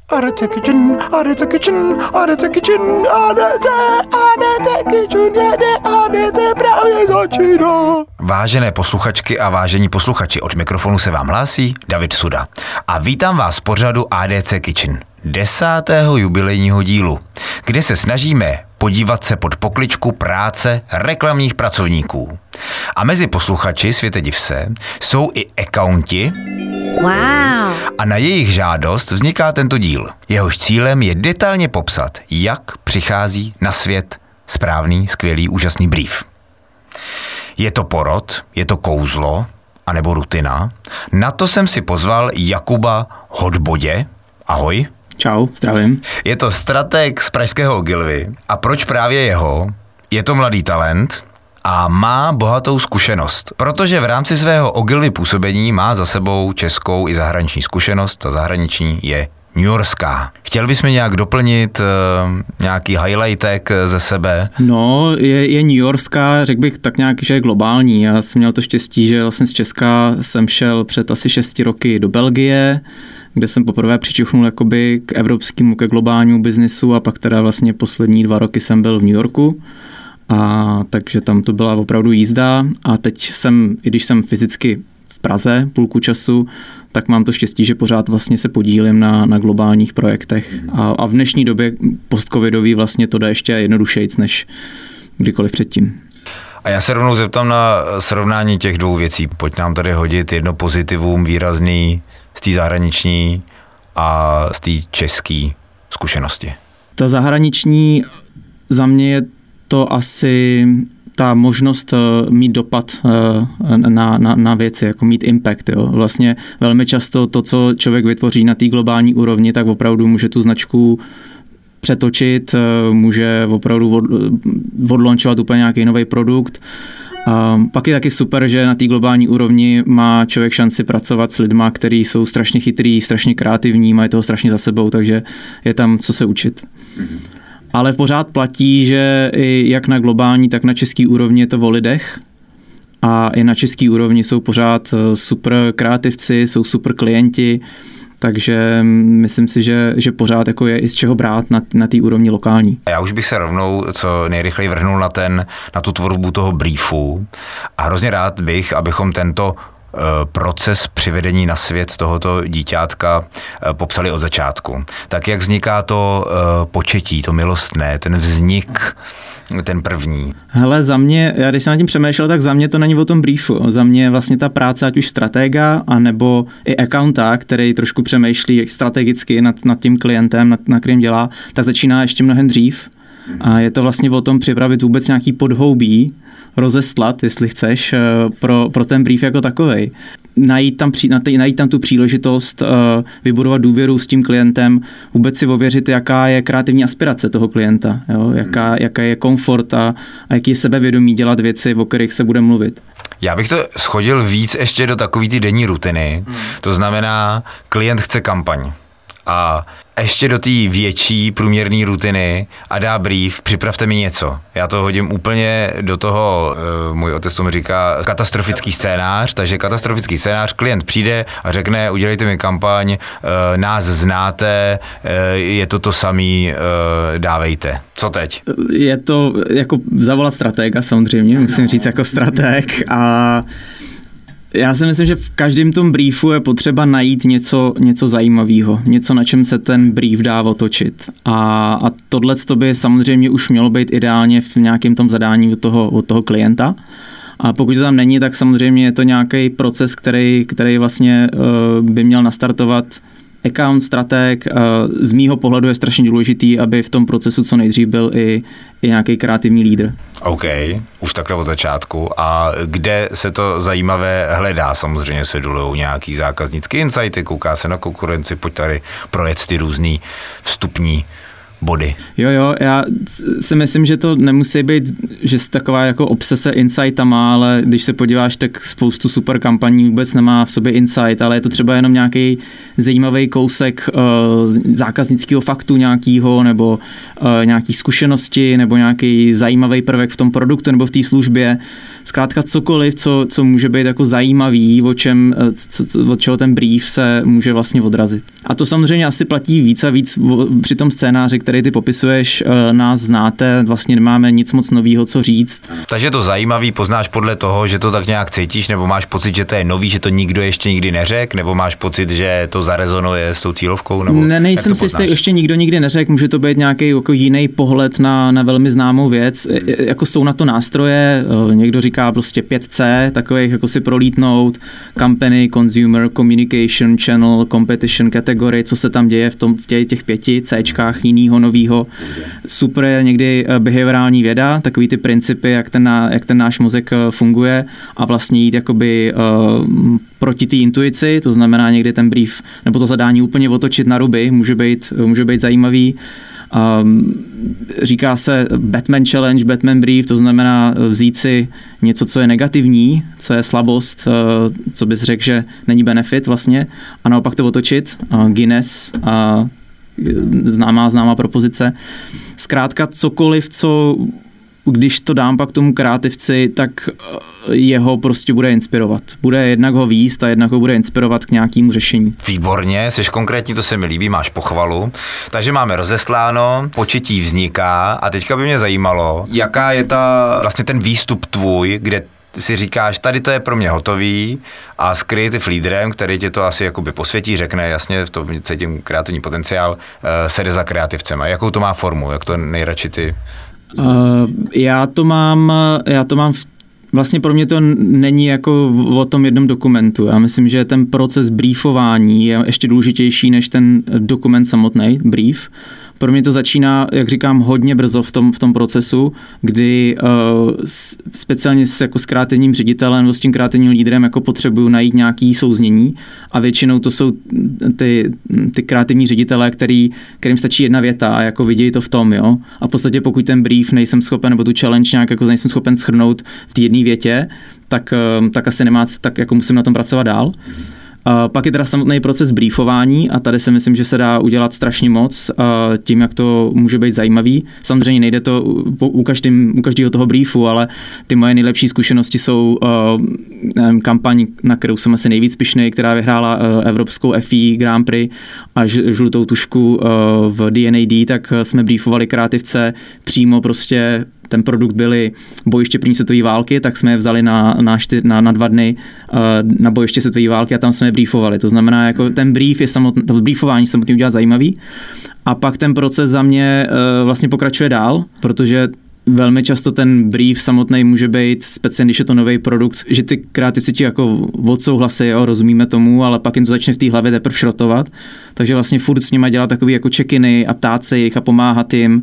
Arete Kitchen, Arete Kitchen, Arete Kitchen, Arete Kitchen, Arete právě začíná. Vážené posluchačky a vážení posluchači, od mikrofonu se vám hlásí David Suda. A vítám vás v pořadu ADC Kitchen, 10. jubilejního dílu, kde se snažíme podívat se pod pokličku práce reklamních pracovníků. A mezi posluchači Světe div se jsou i accounti. Wow. A na jejich žádost vzniká tento díl. Jehož cílem je detailně popsat, jak přichází na svět správný, skvělý, úžasný brief. Je to porod, je to kouzlo, anebo rutina? Na to jsem si pozval Jakuba Hodbodě. Ahoj. Čau, zdravím. Je to strateg z pražského Ogilvy. A proč právě jeho? Je to mladý talent a má bohatou zkušenost, protože v rámci svého Ogilvy působení má za sebou českou i zahraniční zkušenost. Ta zahraniční je newyorská. Chtěl bys mi nějak doplnit nějaký highlightek ze sebe? No, je newyorská, řekl bych tak nějak, že je globální. Já jsem měl to štěstí, že vlastně z Česka jsem šel před asi 6 roky do Belgie, kde jsem poprvé přičuchnul jakoby k evropskému, ke globálnímu biznisu a pak teda vlastně poslední 2 roky jsem byl v New Yorku. A takže tam to byla opravdu jízda a teď i když jsem fyzicky v Praze půlku času, tak mám to štěstí, že pořád vlastně se podílím na globálních projektech. A v dnešní době post-covidový vlastně to jde ještě jednodušejc než kdykoliv předtím. A já se rovnou zeptám na srovnání těch dvou věcí. Pojď nám tady hodit jedno pozitivum výrazný z té zahraniční a z té české zkušenosti. Ta zahraniční za mě je to asi ta možnost mít dopad na věci, jako mít impact. Jo. Vlastně velmi často to, co člověk vytvoří na té globální úrovni, tak opravdu může tu značku přetočit, může opravdu odlaunchovat úplně nějaký nový produkt. A pak je taky super, že na té globální úrovni má člověk šanci pracovat s lidma, kteří jsou strašně chytrý, strašně kreativní, mají toho strašně za sebou, takže je tam co se učit. Ale pořád platí, že i jak na globální, tak na český úrovni je to o lidech a i na český úrovni jsou pořád super kreativci, jsou super klienti, takže myslím si, že pořád jako je i z čeho brát na té úrovni lokální. Já už bych se rovnou co nejrychleji vrhnul na tu tvorbu toho briefu a hrozně rád bych, abychom tento proces přivedení na svět tohoto díťátka popsali od začátku. Tak jak vzniká to početí, to milostné, ten vznik, ten první? Hele, za mě, já když jsem nad tím přemýšlel, tak za mě to není o tom briefu. Za mě vlastně ta práce, ať už stratega, anebo i accounta, který trošku přemýšlí strategicky nad tím klientem, na kterým dělá, tak začíná ještě mnohem dřív. A je to vlastně o tom připravit vůbec nějaký podhoubí, rozestlat, jestli chceš, pro ten brief jako takovej. Najít tam tu příležitost, vybudovat důvěru s tím klientem, vůbec si ověřit, jaká je kreativní aspirace toho klienta, jo? Jaká je komfort a jaký je sebevědomí dělat věci, o kterých se bude mluvit. Já bych to shodil víc ještě do takový ty denní rutiny. To znamená, klient chce kampaň. A ještě do té větší průměrné rutiny a dá brief, připravte mi něco. Já to hodím úplně do toho, můj otec tomu říká katastrofický scénář, takže katastrofický scénář, klient přijde a řekne, udělejte mi kampaň, nás znáte, je to samý, dávejte. Co teď? Je to jako zavolat stratega samozřejmě, musím říct jako strateg a já si myslím, že v každém tom briefu je potřeba najít něco zajímavého, něco, na čem se ten brief dá otočit. A tohleto by samozřejmě už mělo být ideálně v nějakém tom zadání od toho klienta. A pokud to tam není, tak samozřejmě je to nějaký proces, který vlastně by měl nastartovat account, strateg. Z mýho pohledu je strašně důležitý, aby v tom procesu co nejdřív byl i nějaký kreativní lídr. OK, už takhle od začátku. A kde se to zajímavé hledá? Samozřejmě se dolujou nějaký zákaznický insighty, kouká se na konkurenci, pojď tady projet ty různý vstupní body. Jo, já si myslím, že to nemusí být, že jsi taková jako obsese insightama, ale když se podíváš, tak spoustu super kampaní vůbec nemá v sobě insight, ale je to třeba jenom nějaký zajímavý kousek zákaznického faktu nějakýho, nebo nějaký zkušenosti, nebo nějaký zajímavý prvek v tom produktu nebo v té službě. Zkrátka cokoliv, co může být jako zajímavý, od čeho ten brief se může vlastně odrazit. A to samozřejmě asi platí víc a víc při tom scénáři, který ty popisuješ, nás znáte, vlastně nemáme nic moc novýho, co říct. Takže to zajímavý poznáš podle toho, že to tak nějak cítíš, nebo máš pocit, že to je nový, že to nikdo ještě nikdy neřekl, nebo máš pocit, že to zarezonuje s tou cílovkou? Nebo nejsem si jistý, ještě nikdo nikdy neřekl, může to být nějaký jako jiný pohled na velmi známou věc. Jako jsou na to nástroje, někdo říká prostě 5C, takových jako si prolítnout, company, consumer, communication, channel, competition, category, co se tam děje v těch 5 Cčkách jinýho, novýho. Super je někdy behaviorální věda, takový ty principy, jak ten náš mozek funguje a vlastně jít jakoby proti té intuici, to znamená někdy ten brief nebo to zadání úplně otočit na ruby, může být zajímavý. Říká se Batman Challenge, Batman Brief, to znamená vzít si něco, co je negativní, co je slabost, co bys řekl, že není benefit vlastně, a naopak to otočit. Guinness, známá propozice. Zkrátka cokoliv, co když to dám pak tomu kreativci, tak jeho prostě bude inspirovat. Bude jednak ho víst a jednak ho bude inspirovat k nějakému řešení. Výborně, jsi konkrétní, to se mi líbí, máš pochvalu. Takže máme rozesláno, početí vzniká a teďka by mě zajímalo, jaká je vlastně ten výstup tvůj, kde si říkáš, tady to je pro mě hotový a s creative leaderem, který tě to asi jakoby posvětí, řekne jasně, v tom cítím kreativní potenciál, se jde za kreativcem. A jakou to má formu, jak to nejradši ty? Já to mám vlastně pro mě to není jako o tom jednom dokumentu. Já myslím, že ten proces briefování je ještě důležitější než ten dokument samotný, brief. Pro mě to začíná, jak říkám, hodně brzo v tom procesu, kdy speciálně s kreativním ředitelem nebo s tím kreativním lídrem jako potřebuju najít nějaký souznění a většinou to jsou ty kreativní ředitelé, kterým stačí jedna věta a jako vidějí to v tom, jo. A v podstatě pokud ten brief nejsem schopen, nebo tu challenge nějak jako nejsem schopen shrnout v té jedné větě, tak asi nemá, tak jako musím na tom pracovat dál. Pak je teda samotný proces briefování a tady si myslím, že se dá udělat strašně moc tím, jak to může být zajímavý. Samozřejmě nejde to u každého toho briefu, ale ty moje nejlepší zkušenosti jsou kampaň, na kterou jsem asi nejvíc pyšnej, která vyhrála evropskou FI Grand Prix a žlutou tušku v D&AD, tak jsme briefovali kreativce přímo prostě. Ten produkt byly bojiště první světové války, tak jsme je vzali na 2 dny na bojiště světové války a tam jsme je briefovali. To znamená, jako ten brief je to briefování samotný udělat zajímavý. A pak ten proces za mě vlastně pokračuje dál, protože velmi často ten brief samotný může být, speciálně když je to nový produkt, že ty kreativci ti jako odsouhlasí, jo, rozumíme tomu, ale pak jim to začne v té hlavě teprve šrotovat. Takže vlastně furt s nimi dělat takový jako check-iny a ptát se jich a pomáhat jim.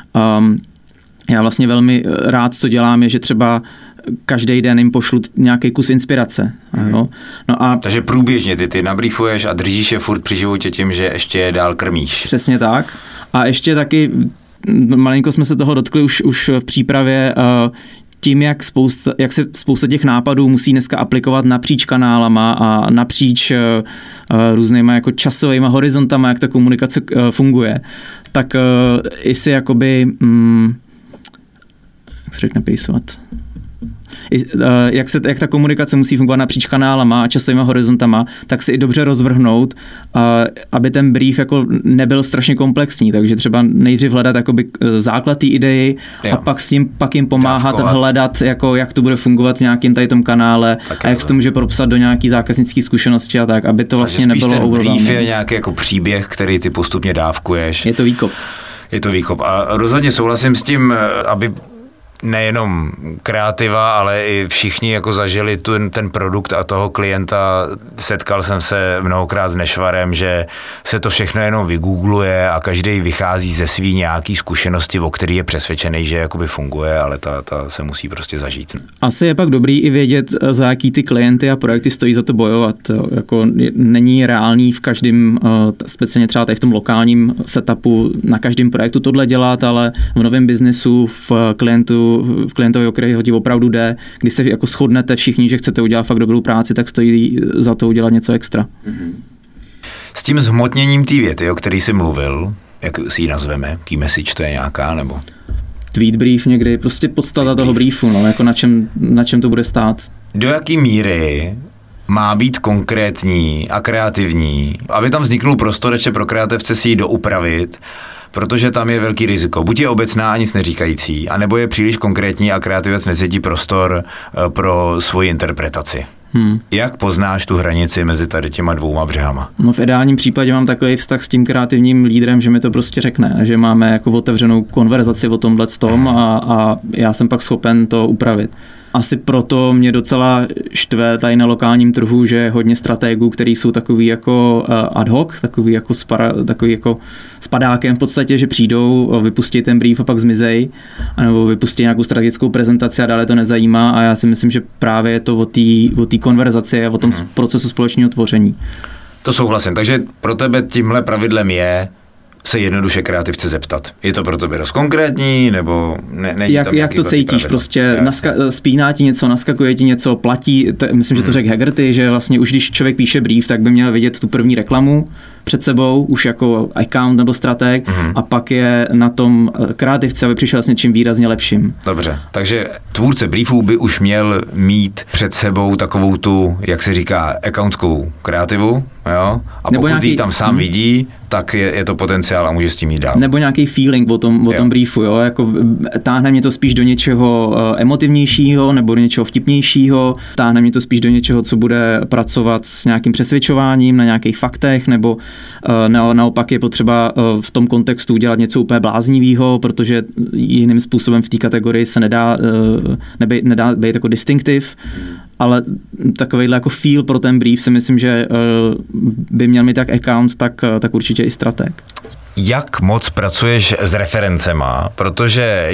Já vlastně velmi rád, co dělám, je, že třeba každý den jim pošlu nějaký kus inspirace. Jo? No a takže průběžně ty nabriefuješ a držíš je furt při životě tím, že ještě je dál krmíš. Přesně tak. A ještě taky, malinko jsme se toho dotkli už v přípravě, tím, jak se spousta těch nápadů musí dneska aplikovat napříč kanálama a napříč různýma jako časovými horizontama, jak ta komunikace funguje, tak i si jakoby jak se řekne pejsovat. Jak ta komunikace musí fungovat napříč kanálama a časovými horizontama, tak si i dobře rozvrhnout, aby ten brief jako nebyl strašně komplexní, takže třeba nejdřív hledat jakoby základ té idei a pak jim pomáhat hledat, jako jak to bude fungovat v nějakém tady tom kanále tak a jak se to může propsat do nějaký zákaznické zkušenosti a tak, aby to vlastně nebylo overwhelming. Brief je nějaký jako příběh, který ty postupně dávkuješ. Je to výkop. A rozhodně souhlasím s tím, aby nejenom kreativa, ale i všichni jako zažili ten produkt a toho klienta. Setkal jsem se mnohokrát s nešvarem, že se to všechno jenom vygoogluje a každý vychází ze svý nějaký zkušenosti, o který je přesvědčený, že jakoby funguje, ale ta se musí prostě zažít. Asi je pak dobrý i vědět, za jaký ty klienty a projekty stojí za to bojovat. Jako není reálný v každém, speciálně třeba tady v tom lokálním setupu, na každém projektu tohle dělat, ale v novém biznesu, v klientovi, o kterého ti opravdu jde, když se jako shodnete všichni, že chcete udělat fakt dobrou práci, tak stojí za to udělat něco extra. S tím zhmotněním té věty, o který jsi mluvil, jak si ji nazveme, key message to je nějaká, nebo? Tweet brief někdy, prostě podstata toho briefu, no, jako na čem to bude stát. Do jaký míry má být konkrétní a kreativní, aby tam vzniknul prostor ještě pro kreativce si ji doupravit, protože tam je velký riziko. Buď je obecná a nic neříkající, anebo je příliš konkrétní a kreativec necítí prostor pro svoji interpretaci. Jak poznáš tu hranici mezi tady těma dvouma břehama? No v ideálním případě mám takový vztah s tím kreativním lídrem, že mi to prostě řekne, že máme jako otevřenou konverzaci o tomhletom a já jsem pak schopen to upravit. Asi proto mě docela štve tady na lokálním trhu, že hodně stratégů, který jsou takový jako ad hoc, takový jako s padákem v podstatě, že přijdou, vypustí ten brief a pak zmizej, anebo vypustí nějakou strategickou prezentaci a dále to nezajímá a já si myslím, že právě je to o té konverzaci a o tom procesu společného tvoření. To souhlasím, takže pro tebe tímhle pravidlem je se jednoduše kreativce zeptat. Je to pro tebe dost konkrétní, nebo jak to cítíš? Prostě spíná ti něco, naskakuje ti něco, platí, myslím, že to řekl Hegarty, že vlastně už když člověk píše brief, tak by měl vidět tu první reklamu před sebou, už jako account nebo strateg, a pak je na tom kreativce, aby přišel s něčím výrazně lepším. Dobře, takže tvůrce briefů by už měl mít před sebou takovou tu, jak se říká, accountskou kreativu, jo? A nebo pokud ji tam sám vidí, tak je to potenciál a může s tím jít dál. Nebo nějaký feeling o tom briefu, jo? Jako táhne mě to spíš do něčeho emotivnějšího nebo do něčeho vtipnějšího, táhne mě to spíš do něčeho, co bude pracovat s nějakým přesvědčováním na nějakých faktech, nebo naopak je potřeba v tom kontextu udělat něco úplně bláznivého, protože jiným způsobem v té kategorii se nedá být jako distinktiv, ale takovejhle jako feel pro ten brief si myslím, že by měl mít jak account, tak určitě i strateg. Jak moc pracuješ s referencema? Protože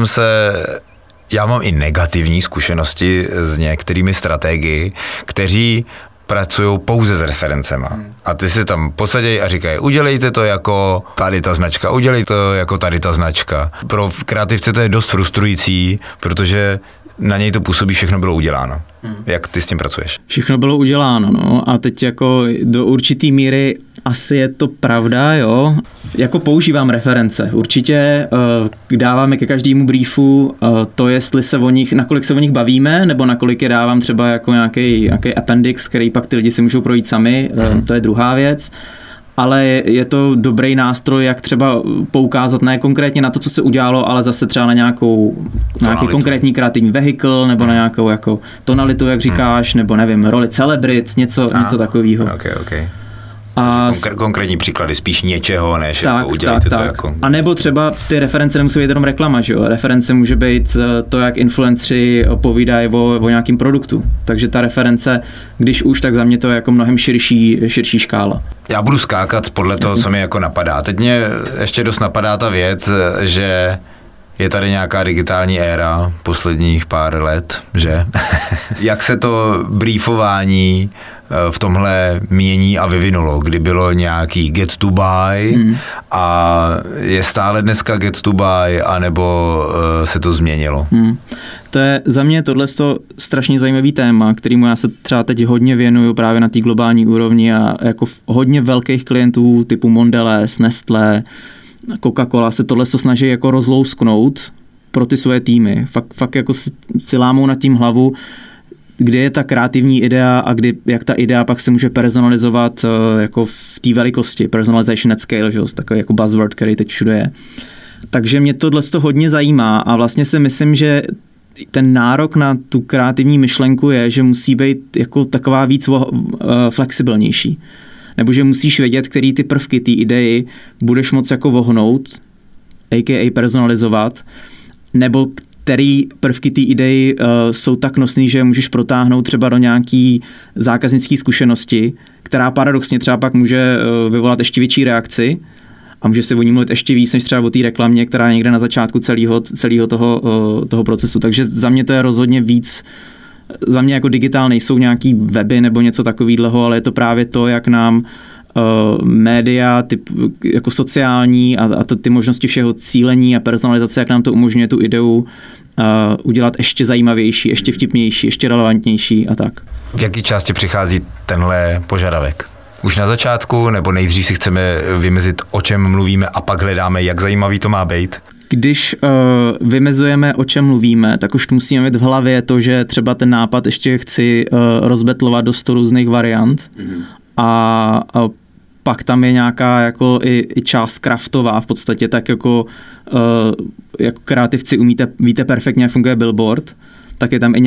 já mám i negativní zkušenosti s některými strategy, kteří pracují pouze s referencema. A ty si tam posaděj a říkají, udělejte to jako tady ta značka, udělejte to jako tady ta značka. Pro kreativce to je dost frustrující, protože na něj to působí, všechno bylo uděláno. Jak ty s tím pracuješ? Všechno bylo uděláno, no. A teď jako do určitý míry asi je to pravda, jo. Jako používám reference. Určitě dáváme ke každému briefu to, jestli se o nich, nakolik se o nich bavíme, nebo nakolik je dávám třeba jako nějaký appendix, který pak ty lidi si můžou projít sami. To je druhá věc. Ale je to dobrý nástroj, jak třeba poukázat ne konkrétně na to, co se udělalo, ale zase třeba na nějaký konkrétní kreativní vehikl, nebo na nějakou jako tonalitu, jak říkáš, nebo nevím, roli celebrit, něco takového. Okay. A konkrétní příklady spíš něčeho, než tak, jako udělejte to jako... A nebo třeba ty reference nemusí být jenom reklama, že jo? Reference může být to, jak influenceri povídají o nějakým produktu. Takže ta reference, když už, tak za mě to je jako mnohem širší škála. Já budu skákat podle toho, co mi jako napadá. Teď mě ještě dost napadá ta věc, že je tady nějaká digitální éra posledních pár let, že? Jak se to briefování v tomhle mění a vyvinulo, kdy bylo nějaký get to buy a je stále dneska get to buy, anebo se to změnilo? To je za mě tohleto strašně zajímavý téma, kterému já se třeba teď hodně věnuju právě na té globální úrovni a jako hodně velkých klientů typu Mondelez, Nestlé, Coca-Cola se tohle snaží jako rozlousknout pro ty svoje týmy. Fakt jako si lámou nad tím hlavu, kde je ta kreativní idea a jak ta idea pak se může personalizovat jako v té velikosti. Personalization at scale, že? Takový jako buzzword, který teď všude je. Takže mě tohle hodně zajímá a vlastně si myslím, že ten nárok na tu kreativní myšlenku je, že musí být jako taková víc flexibilnější. Nebo že musíš vědět, který ty prvky té idei budeš moc jako vohnout, a.k.a. personalizovat, nebo který prvky té idei jsou tak nosný, že můžeš protáhnout třeba do nějaký zákaznické zkušenosti, která paradoxně třeba pak může vyvolat ještě větší reakci a může se o ní mluvit ještě víc, než třeba o té reklamě, která je někde na začátku celého toho procesu. Takže za mě to je rozhodně víc. Za mě jako digitál nejsou nějaký weby nebo něco takového, ale je to právě to, jak nám média, jako sociální a ty možnosti všeho cílení a personalizace, jak nám to umožňuje tu ideu udělat ještě zajímavější, ještě vtipnější, ještě relevantnější a tak. V jaké části přichází tenhle požadavek? Už na začátku, nebo nejdřív si chceme vymezit, o čem mluvíme a pak hledáme, jak zajímavý to má být? Když vymezujeme, o čem mluvíme, tak už musíme mít v hlavě to, že třeba ten nápad ještě chci rozbetlovat do 100 různých variant a pak tam je nějaká jako i část craftová v podstatě, tak jako kreativci víte perfektně, jak funguje billboard, tak je tam i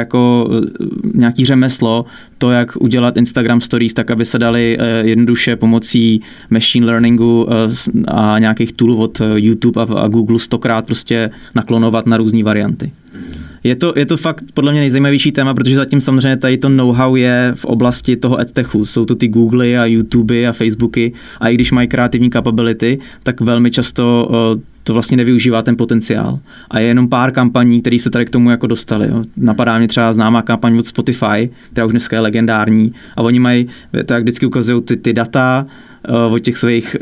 nějaký řemeslo, to, jak udělat Instagram stories tak, aby se dali jednoduše pomocí machine learningu a nějakých toolů od YouTube a Google 100krát prostě naklonovat na různé varianty. Je to fakt podle mě nejzajímavější téma, protože zatím samozřejmě tady to know-how je v oblasti toho edtechu. Jsou to ty Googly a YouTubey a Facebooky a i když mají kreativní capability, tak velmi často to vlastně nevyužívá ten potenciál. A je jenom pár kampaní, které se tady k tomu jako dostaly. Jo. Napadá mě třeba známá kampaň od Spotify, která už dneska je legendární a oni mají, to jak vždycky ukazují ty data o těch svých,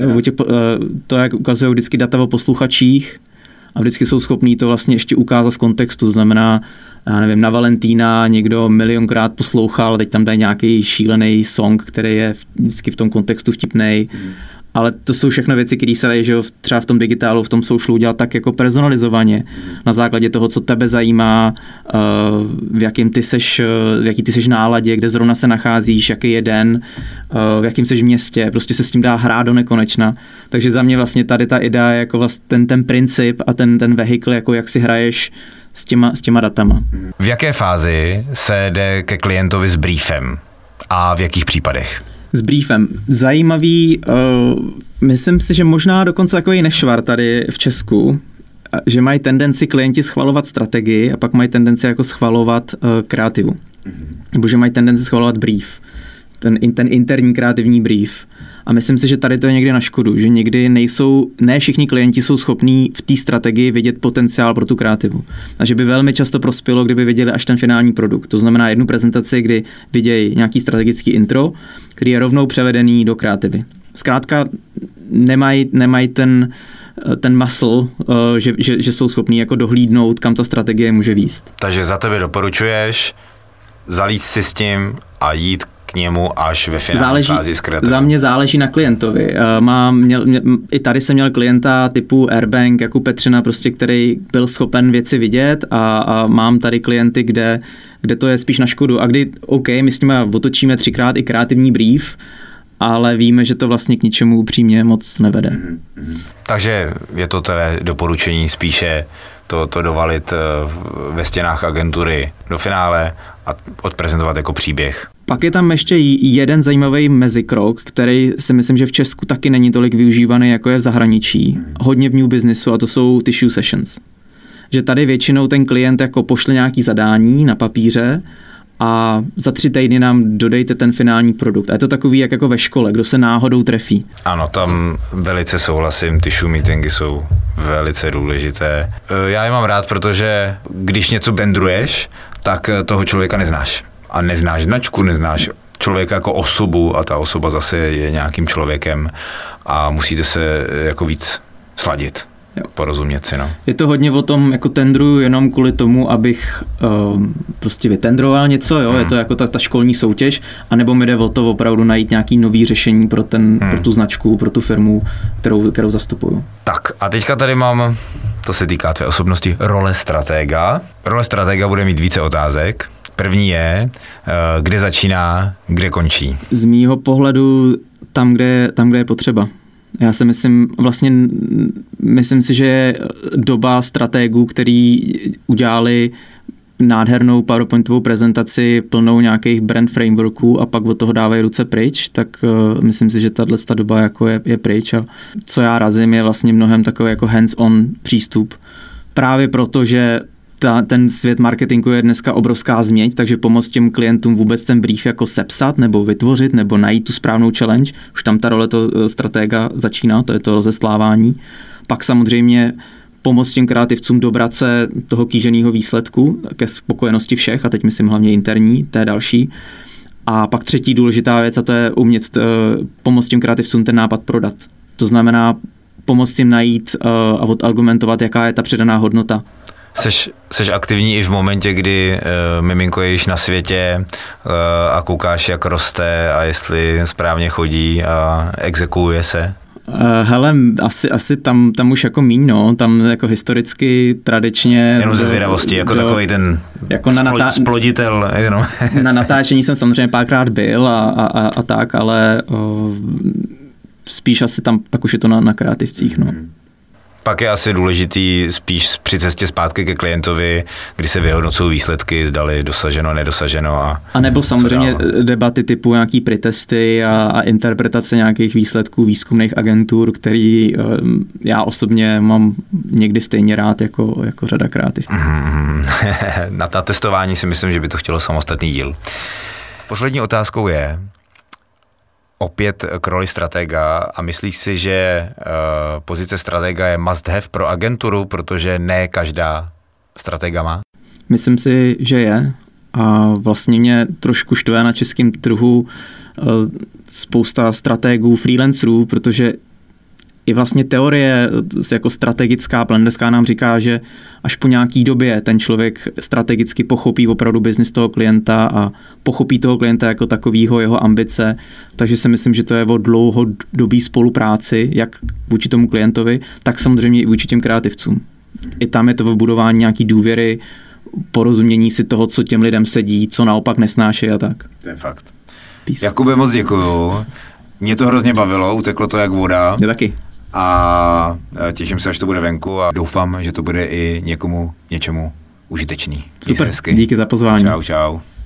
to jak ukazují vždycky data o posluchačích, a vždycky jsou schopní to vlastně ještě ukázat v kontextu, to znamená, já nevím, na Valentína někdo milionkrát poslouchal, teď tam dají nějaký šílený song, který je vždycky v tom kontextu vtipnej, ale to jsou všechno věci, které se dají, že jo, třeba v tom digitálu, v tom socialu dělat tak jako personalizovaně, na základě toho, co tebe zajímá, v jaký ty seš náladě, kde zrovna se nacházíš, jaký je den, v jakém seš městě, prostě se s tím dá hrát do nekonečna. Takže za mě vlastně tady ta idea je jako vlastně ten princip a ten vehikl, jako jak si hraješ s těma datama. V jaké fázi se jde ke klientovi s briefem a v jakých případech? S briefem. Zajímavý, myslím si, že možná dokonce takový nešvar tady v Česku, že mají tendenci klienti schvalovat strategii a pak mají tendenci jako schvalovat kreativu. Nebo že mají tendenci schvalovat brief. Ten interní kreativní brief. A myslím si, že tady to je někdy na škodu, že někdy ne všichni klienti jsou schopní v té strategii vidět potenciál pro tu kreativu. A že by velmi často prospělo, kdyby viděli až ten finální produkt. To znamená jednu prezentaci, kdy vidějí nějaký strategický intro, který je rovnou převedený do kreativy. Zkrátka nemají ten muscle, že jsou schopní jako dohlídnout, kam ta strategie může vést. Takže za tebe doporučuješ zalít si s tím a jít k němu až ve finální fázi s kreativou. Za mě záleží na klientovi. I tady jsem měl klienta typu Airbank, jako Petřina, prostě, který byl schopen věci vidět a mám tady klienty, kde to je spíš na škodu a kdy, OK, my s nimi otočíme 3krát i kreativní brief, ale víme, že to vlastně k ničemu upřímně moc nevede. Takže je to tvé doporučení spíše to dovalit ve stěnách agentury do finále a odprezentovat jako příběh. Pak je tam ještě jeden zajímavý mezikrok, který si myslím, že v Česku taky není tolik využívaný, jako je v zahraničí. Hodně v new businessu a to jsou tissue sessions. Že tady většinou ten klient jako pošle nějaký zadání na papíře a za 3 týdny nám dodejte ten finální produkt. A je to takový jako ve škole, kdo se náhodou trefí. Ano, tam velice souhlasím, tissue meetingy jsou velice důležité. Já je mám rád, protože když něco tendruješ, tak toho člověka neznáš. A neznáš značku, neznáš člověka jako osobu a ta osoba zase je nějakým člověkem a musíte se jako víc sladit. Jo. Porozumět si, no. Je to hodně o tom, jako tendruju jenom kvůli tomu, abych prostě vytendroval něco, jo, je to jako ta školní soutěž, anebo mi jde o to opravdu najít nějaký nový řešení pro tu značku, pro tu firmu, kterou zastupuju. Tak a teďka tady mám, to se týká tvé osobnosti, role stratega. Role stratega bude mít více otázek. První je, kde začíná, kde končí. Z mýho pohledu tam, kde je potřeba. Já si myslím si, že je doba stratégů, který udělali nádhernou PowerPointovou prezentaci plnou nějakých brand frameworků a pak od toho dávají ruce pryč, tak myslím si, že ta doba jako je pryč a co já razím je vlastně mnohem takový jako hands-on přístup. Právě proto, že ten svět marketingu je dneska obrovská změť, takže pomoct těm klientům vůbec ten brief jako sepsat nebo vytvořit nebo najít tu správnou challenge. Už tam ta role toho stratega začíná, to je to rozeslávání. Pak samozřejmě pomoct těm kreativcům dobrat se toho kýženého výsledku ke spokojenosti všech, a teď myslím hlavně interní, to je další. A pak třetí důležitá věc, a to je umět pomoct těm kreativcům ten nápad prodat. To znamená pomoct jim najít a odargumentovat, jaká je ta přidaná hodnota. Seš aktivní i v momentě, kdy miminko je již na světě a koukáš, jak roste a jestli správně chodí a exekuuje se? Hele, asi tam už jako míň, no, tam jako historicky, tradičně. Jenom ze zvědavosti, jako takový ten jako sploditel. Jenom. Na natáčení jsem samozřejmě párkrát byl a tak, ale spíš asi tam, pak už je to na kreativcích, no. Pak je asi důležitý spíš při cestě zpátky ke klientovi, kdy se vyhodnocují výsledky, zdali dosaženo, nedosaženo. A nebo samozřejmě debaty typu nějaký pretesty a interpretace nějakých výsledků výzkumných agentur, který já osobně mám někdy stejně rád jako řada kreativců. Na testování si myslím, že by to chtělo samostatný díl. Poslední otázkou je, opět k roli stratega a myslíš si, že pozice stratega je must have pro agenturu, protože ne každá stratega má? Myslím si, že je a vlastně mě trošku štve na českém trhu spousta strategů, freelancerů, protože i vlastně teorie jako strategická, plenderská nám říká, že až po nějaký době ten člověk strategicky pochopí opravdu biznis toho klienta a pochopí toho klienta jako takovýho, jeho ambice, takže si myslím, že to je o dlouhodobý spolupráci, jak vůči tomu klientovi, tak samozřejmě i vůči těm kreativcům. I tam je to v budování nějaký důvěry, porozumění si toho, co těm lidem sedí, co naopak nesnáší a tak. To je fakt. Peace. Jakube, moc děkuju. Mě to hrozně bavilo, uteklo to jak voda. Já taky. A těším se, až to bude venku a doufám, že to bude i něčemu užitečný. Super, díky za pozvání. Čau.